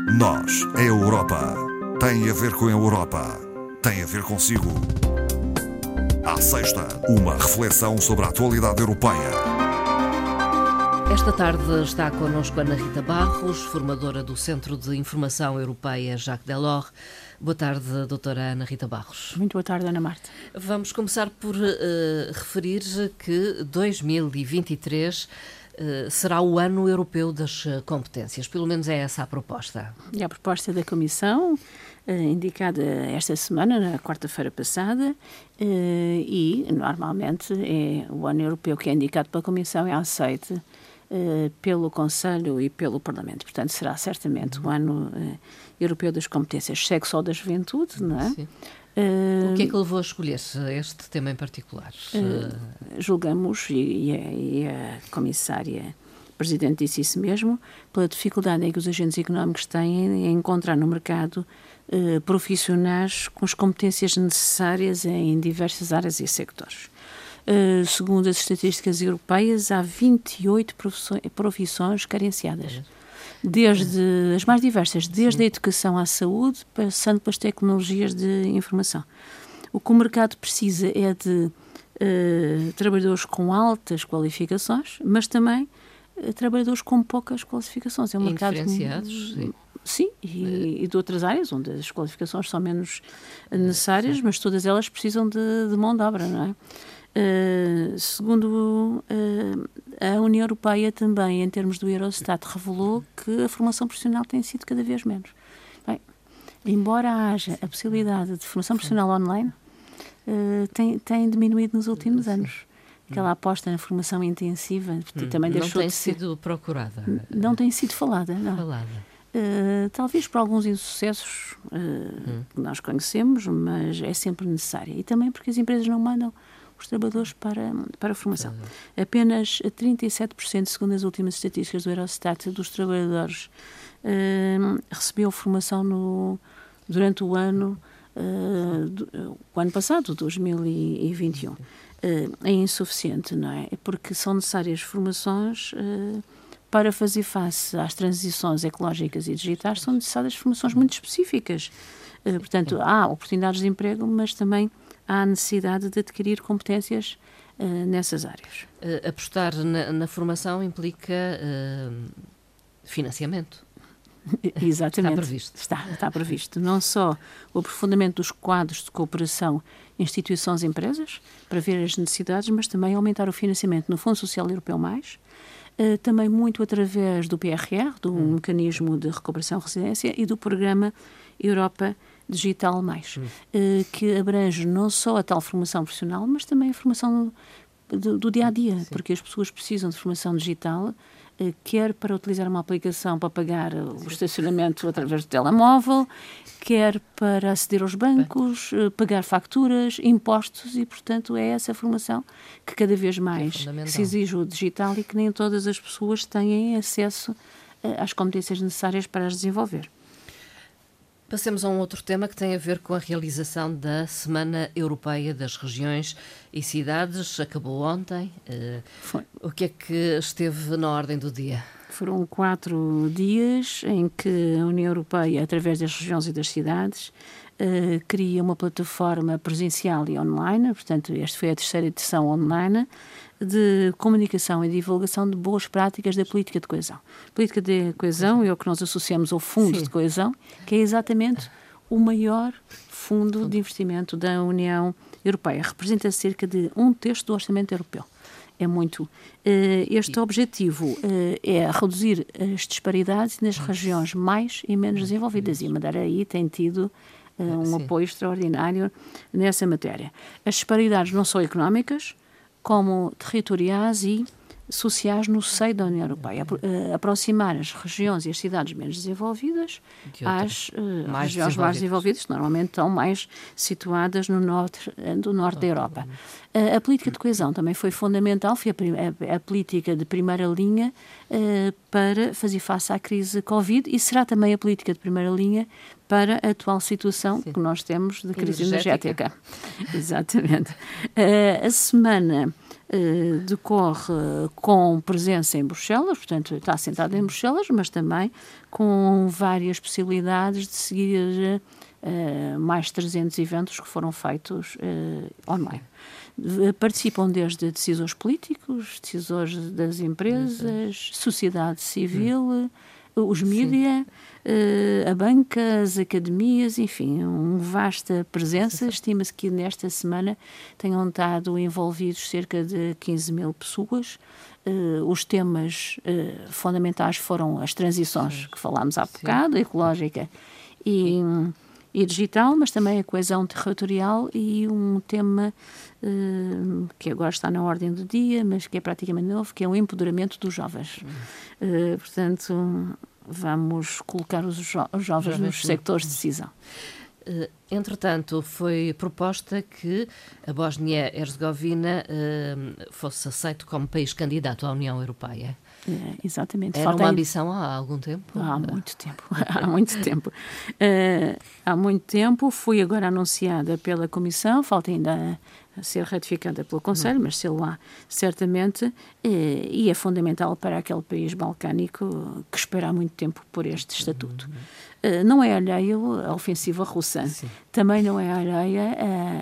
Nós, a Europa, tem a ver com a Europa, tem a ver consigo. À sexta, uma reflexão sobre a atualidade europeia. Esta tarde está connosco Ana Rita Barros, formadora do Centro de Informação Europeia Jacques Delors. Boa tarde, doutora Ana Rita Barros. Muito boa tarde, Ana Marta. Vamos começar por referir que 2023 será o ano europeu das competências. Pelo menos é essa a proposta. É a proposta da Comissão, indicada esta semana, na quarta-feira passada, e normalmente é o ano europeu que é indicado pela Comissão é aceite pelo Conselho e pelo Parlamento. Portanto, será certamente o ano europeu das competências. Segue só da juventude, não é? Sim. O que é que levou a escolher este tema em particular? Julgamos, e a Comissária Presidente disse isso mesmo, pela dificuldade em que os agentes económicos têm em encontrar no mercado profissionais com as competências necessárias em diversas áreas e sectores. Segundo as estatísticas europeias, há 28 profissões carenciadas. Desde as mais diversas, desde a educação à saúde, passando pelas tecnologias de informação. O que o mercado precisa é de trabalhadores com altas qualificações, mas também trabalhadores com poucas qualificações. É um mercado diferenciados, sim. Sim, e de outras áreas onde as qualificações são menos necessárias, mas todas elas precisam de mão de obra, não é? Segundo a União Europeia também, em termos do Eurostat, revelou que a formação profissional tem sido cada vez menos. Bem, embora haja a possibilidade de formação profissional online, tem diminuído nos últimos anos. Aquela aposta na formação intensiva também deixou de ser... Não tem sido procurada? Não tem sido falada, não. Talvez por alguns insucessos que nós conhecemos, mas é sempre necessária. E também porque as empresas não mandam os trabalhadores para a formação. Apenas 37%, segundo as últimas estatísticas do Eurostat, dos trabalhadores recebeu formação durante o ano passado, 2021. É insuficiente, não é? Porque são necessárias formações para fazer face às transições ecológicas e digitais, são necessárias formações muito específicas. Portanto, há oportunidades de emprego, mas também há necessidade de adquirir competências nessas áreas. Apostar na formação implica financiamento. Exatamente. Está previsto. Está previsto. Não só o aprofundamento dos quadros de cooperação instituições e empresas, para ver as necessidades, mas também aumentar o financiamento no Fundo Social Europeu+, também muito através do PRR, do Mecanismo de Recuperação e Resiliência, e do Programa Europa Digital+, que abrange não só a tal formação profissional, mas também a formação do dia-a-dia, porque as pessoas precisam de formação digital, quer para utilizar uma aplicação para pagar o estacionamento através do telemóvel, quer para aceder aos bancos, pagar facturas, impostos, e, portanto, é essa formação que cada vez mais se exige o digital e que nem todas as pessoas têm acesso às competências necessárias para as desenvolver. Passemos a um outro tema que tem a ver com a realização da Semana Europeia das Regiões e Cidades. Acabou ontem. O que é que esteve na ordem do dia? Foram 4 dias em que a União Europeia, através das regiões e das cidades, cria uma plataforma presencial e online, portanto, esta foi a 3ª edição online, de comunicação e divulgação de boas práticas da política de coesão. A política de coesão é o que nós associamos ao Fundo de Coesão, que é exatamente o maior fundo de investimento da União Europeia. Representa cerca de 1/3 do orçamento europeu. É muito. Este objetivo é reduzir as disparidades nas regiões mais e menos desenvolvidas, e a Madeira aí tem tido um apoio extraordinário nessa matéria. As disparidades não só económicas, como territoriais e sociais no seio da União Europeia. Aproximar as regiões e as cidades menos desenvolvidas às regiões mais desenvolvidas, que normalmente estão mais situadas no norte da Europa. A política de coesão também foi fundamental, foi a política de primeira linha para fazer face à crise Covid, e será também a política de primeira linha para a atual situação que nós temos de crise energética. Exatamente. A semana decorre com presença em Bruxelas, portanto está sentado em Bruxelas, mas também com várias possibilidades de seguir mais de 300 eventos que foram feitos online. Participam desde decisores políticos, decisores das empresas, sociedade civil, os mídia, a banca, as academias, enfim, uma vasta presença. Estima-se que nesta semana tenham estado envolvidos cerca de 15 mil pessoas. Os temas fundamentais foram as transições que falámos há bocado, ecológica e digital, mas também a coesão territorial e um tema que agora está na ordem do dia, mas que é praticamente novo, que é o empoderamento dos jovens. Portanto, vamos colocar os jovens nos sectores de decisão. Entretanto, foi proposta que a Bósnia-Herzegovina fosse aceito como país candidato à União Europeia. Exatamente. Era uma ambição há algum tempo? Há muito tempo. Há muito tempo. Foi agora anunciada pela Comissão, falta ainda a ser ratificada pelo Conselho, mas se lá certamente, e é fundamental para aquele país balcânico que espera há muito tempo por este estatuto. Não é alheio à ofensiva russa. Sim. Também não é alheia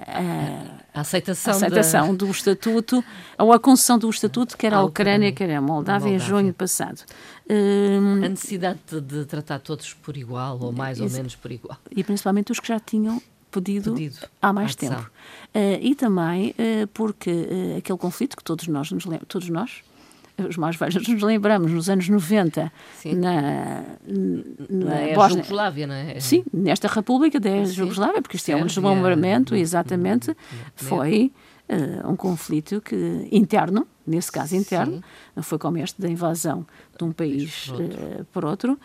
a aceitação do estatuto, ou a concessão do estatuto, quer a Ucrânia, quer a Moldávia, em junho passado. A necessidade de tratar todos por igual, ou mais ou menos por igual. E principalmente os que já tinham pedido há mais tempo. E também porque aquele conflito que todos nós, os mais velhos, nos lembramos, nos anos 90, na Bósnia, Jugoslávia, não é? Sim, nesta República da Jugoslávia, porque isto é um desmembramento, exatamente, foi um conflito interno, nesse caso interno, não foi como este da invasão de um país por outro,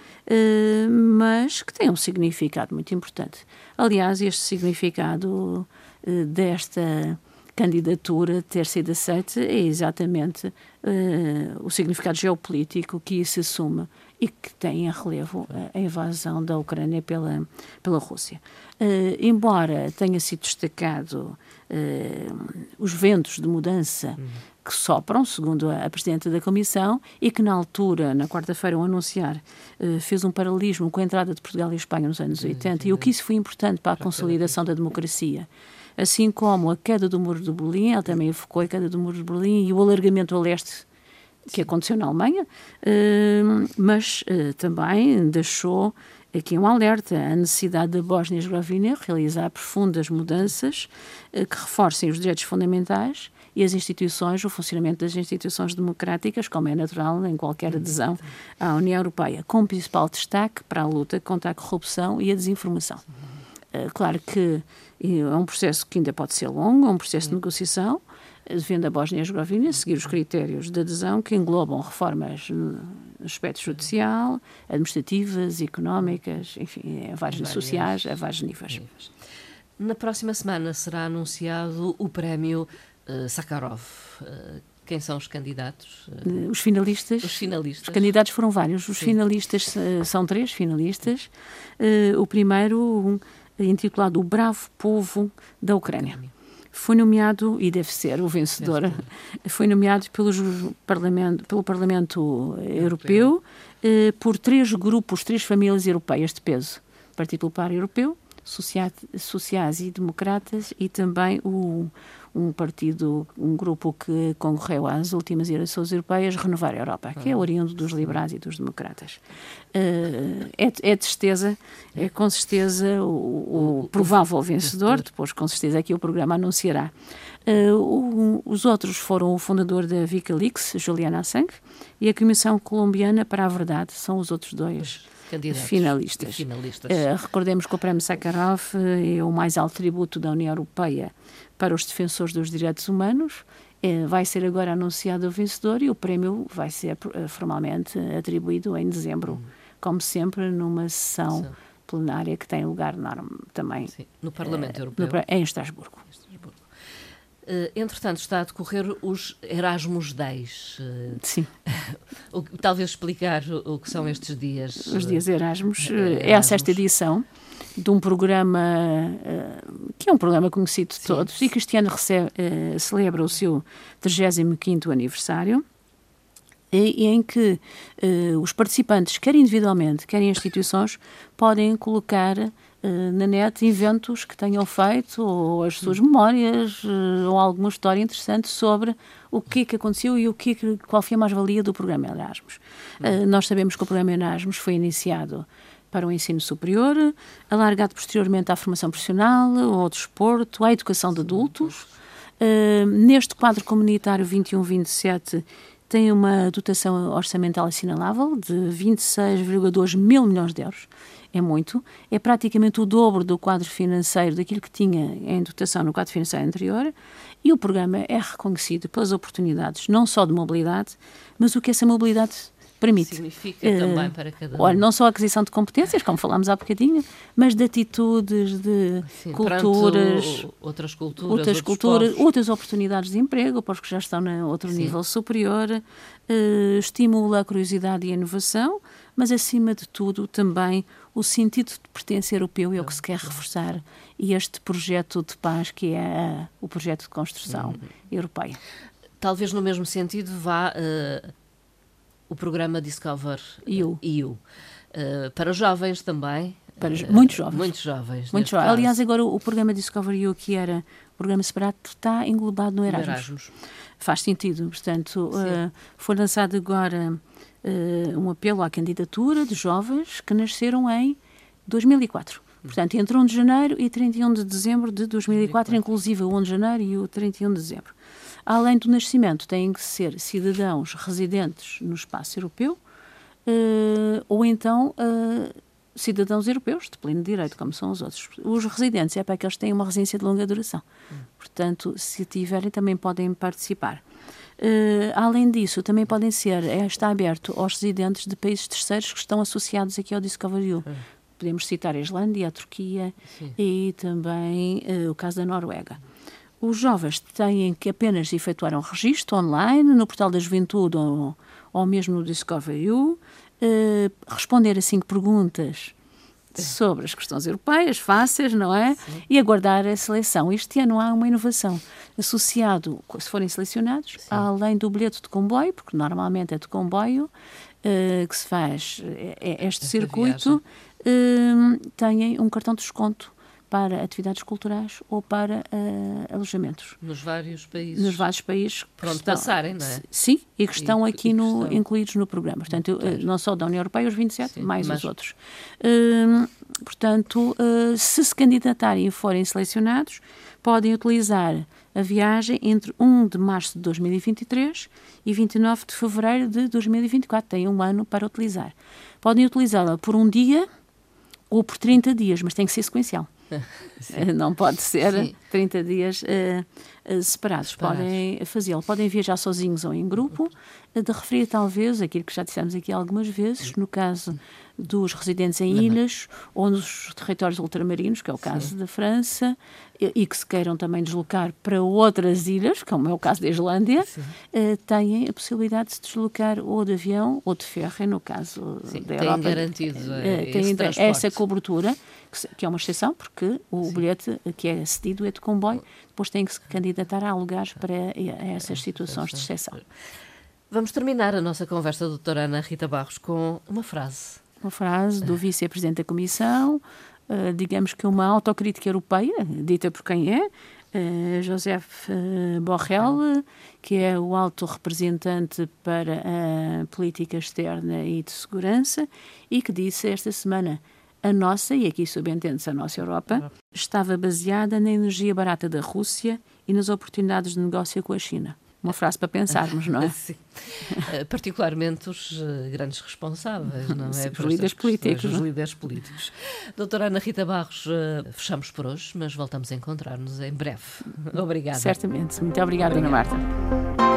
mas que tem um significado muito importante. Aliás, este significado desta candidatura ter sido aceita é exatamente o significado geopolítico que isso assume e que tem em relevo a invasão da Ucrânia pela Rússia. Embora tenha sido destacado os ventos de mudança que sopram, segundo a Presidente da Comissão, e que na altura, na quarta-feira, ao anunciar, fez um paralelismo com a entrada de Portugal e Espanha nos anos 80, e o que isso foi importante para a consolidação da democracia. Assim como a queda do Muro de Berlim, ela também evocou a queda do Muro de Berlim e o alargamento a leste que aconteceu na Alemanha, mas também deixou aqui um alerta à necessidade da Bósnia-Herzegovina realizar profundas mudanças que reforcem os direitos fundamentais e as instituições, o funcionamento das instituições democráticas, como é natural em qualquer adesão à União Europeia, com principal destaque para a luta contra a corrupção e a desinformação. Claro que é um processo que ainda pode ser longo, é um processo de negociação, devendo a Bósnia-Herzegovina seguir os critérios de adesão que englobam reformas no aspecto judicial, administrativas, económicas, enfim, sociais, a vários níveis. Na próxima semana será anunciado o prémio Sakharov. Quem são os candidatos? Os finalistas. Os candidatos foram vários. Os finalistas são 3 finalistas. O primeiro, intitulado O Bravo Povo da Ucrânia. Foi nomeado, e deve ser o vencedor, foi nomeado pelo Parlamento Europeu por 3 grupos, 3 famílias europeias de peso. Partido Popular Europeu, Sociais e Democratas e também um grupo que concorreu às últimas eleições europeias, Renovar a Europa, que é oriundo dos liberais e dos democratas. É com certeza o provável vencedor, depois com certeza aqui o programa anunciará. Os outros foram o fundador da Wikileaks, Julian Assange, e a Comissão Colombiana para a Verdade, são os outros 2 finalistas. Recordemos que o Prémio Sakharov é o mais alto tributo da União Europeia para os defensores dos direitos humanos. Vai ser agora anunciado o vencedor e o prémio vai ser formalmente atribuído em dezembro, como sempre, numa sessão plenária que tem lugar também no Parlamento Europeu. Em Estrasburgo. Entretanto, está a decorrer os Erasmus Days. Sim. Talvez explicar o que são estes dias. Os dias Erasmus. É a 6ª edição de um programa que é um programa conhecido de todos e que este ano celebra o seu 35º aniversário, e em que os participantes, quer individualmente, quer em instituições, podem colocar na net eventos que tenham feito, ou as suas memórias, ou alguma história interessante sobre o que é que aconteceu e qual foi a mais-valia do programa Erasmus. Nós sabemos que o programa Erasmus foi iniciado para o ensino superior, alargado posteriormente à formação profissional, ao desporto, à educação de adultos. Neste quadro comunitário 21-27 tem uma dotação orçamental assinalável de 26,2 mil milhões de euros. É muito. É praticamente o dobro do quadro financeiro daquilo que tinha em dotação no quadro financeiro anterior, e o programa é reconhecido pelas oportunidades, não só de mobilidade, mas o que essa mobilidade permite. Significa também para cada um. Olha, não só a aquisição de competências, como falámos há bocadinho, mas de atitudes, de culturas, outras culturas, outras oportunidades de emprego para os que já estão no outro nível superior, estimula a curiosidade e a inovação, mas acima de tudo também o sentido de pertencer europeu é o que se quer reforçar, e este projeto de paz que é o projeto de construção europeia. Talvez no mesmo sentido vá o programa Discover EU. Para jovens também. Para muitos jovens. Muitos jovens. Aliás, agora o programa Discover EU, que era o programa separado, está englobado no Erasmus. Faz sentido. Portanto, foi lançado agora um apelo à candidatura de jovens que nasceram em 2004. Portanto, entre 1 de janeiro e 31 de dezembro de 2004, inclusive o 1 de janeiro e o 31 de dezembro. Além do nascimento, têm que ser cidadãos residentes no espaço europeu, ou então cidadãos europeus de pleno direito, como são os outros. Os residentes é para que eles tenham uma residência de longa duração. Portanto, se tiverem, também podem participar. Além disso, também podem está aberto aos residentes de países terceiros que estão associados aqui ao Discovery EU. Podemos citar a Islândia, a Turquia e também o caso da Noruega. Os jovens têm que apenas efetuar um registro online no Portal da Juventude ou mesmo no Discovery EU, responder a 5 perguntas sobre as questões europeias, fáceis, não é? Sim. E aguardar a seleção. Este ano há uma inovação associado, se forem selecionados, além do bilhete de comboio, porque normalmente é de comboio que se faz este circuito, têm um cartão de desconto para atividades culturais ou para alojamentos. Nos vários países. Nos vários países. Por onde passarem, não é? Sim, e que estão aqui incluídos no programa. Portanto, não só da União Europeia, os 27, mais os outros. Portanto, se candidatarem e forem selecionados, podem utilizar a viagem entre 1 de março de 2023 e 29 de fevereiro de 2024. Têm um ano para utilizar. Podem utilizá-la por um dia ou por 30 dias, mas tem que ser sequencial. Não pode ser 30 dias separados. Podem fazê-lo. Podem viajar sozinhos ou em grupo. De referir, talvez, aquilo que já dissemos aqui algumas vezes, no caso dos residentes em ilhas ou nos territórios ultramarinos, que é o caso da França, e que se queiram também deslocar para outras ilhas, como é o caso da Islândia, têm a possibilidade de se deslocar ou de avião ou de ferro, no caso da Europa. Têm garantido têm essa cobertura, que é uma exceção, porque o bilhete que é cedido é de comboio, depois têm que se candidatar a lugares para essas situações de exceção. Vamos terminar a nossa conversa, doutora Ana Rita Barros, com uma frase. Uma frase do vice-presidente da Comissão, digamos que uma autocrítica europeia, dita por quem é, Josep Borrell, que é o alto representante para a política externa e de segurança, e que disse esta semana: a nossa, e aqui subentende-se a nossa Europa, estava baseada na energia barata da Rússia e nas oportunidades de negócio com a China. Uma frase para pensarmos, não é? Sim. Particularmente os grandes responsáveis, não é? Sim, os líderes políticos. Os líderes políticos. Doutora Ana Rita Barros, fechamos por hoje, mas voltamos a encontrar-nos em breve. Obrigada. Certamente. Muito obrigada, Ana Marta.